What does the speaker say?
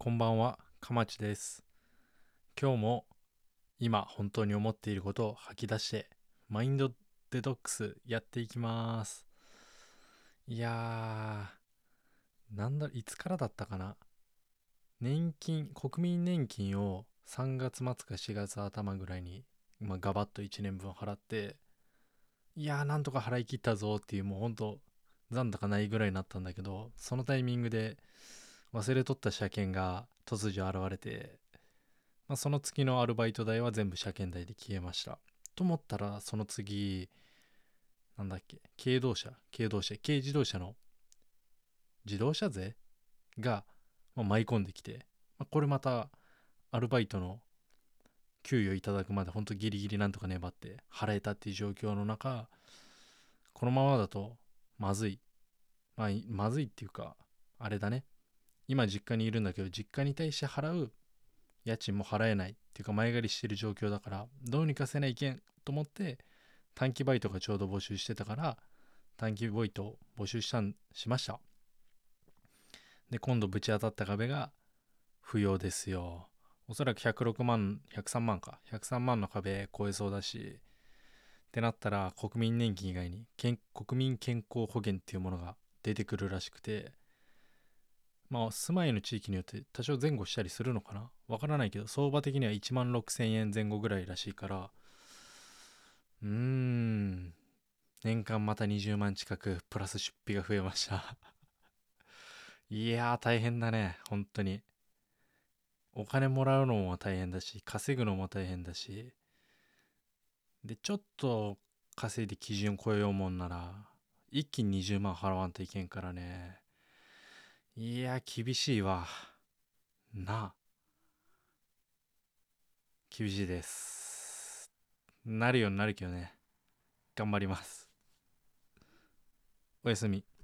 こんばんは、かまちです。今日も今本当に思っていることを吐き出して、マインドデトックスやっていきます。いやいつからだったかな。国民年金を3月末か4月頭ぐらいに、ガバッと1年分払って、なんとか払い切ったぞっていう、もうほんと、残高ないぐらいになったんだけど、そのタイミングで忘れとった車検が突如現れて、その月のアルバイト代は全部車検代で消えました。と思ったら、その次、なんだっけ、軽自動車の自動車税が、舞い込んできて、これまたアルバイトの給与いただくまでほんとギリギリなんとか粘って払えたっていう状況の中、このままだとまずい。まずいっていうか、あれだね。今実家にいるんだけど、実家に対して払う家賃も払えないっていうか前借りしてる状況だから、どうにかせないけんと思って短期バイトがちょうど募集してたから、短期バイトを募集しました。で、今度ぶち当たった壁が扶養ですよ。おそらく106万103万か103万の壁超えそうだし、ってなったら国民年金以外に国民健康保険っていうものが出てくるらしくて、住まいの地域によって多少前後したりするのかな、わからないけど、相場的には1万6000円前後ぐらいらしいから、年間また20万近くプラス出費が増えました。いやー、大変だね、本当に。お金もらうのも大変だし、稼ぐのも大変だし、で、ちょっと稼いで基準超えようもんなら、一気に20万払わんといけんからね。いやー、厳しいわ。なあ、厳しいです。なるようになるけどね。頑張ります。おやすみ。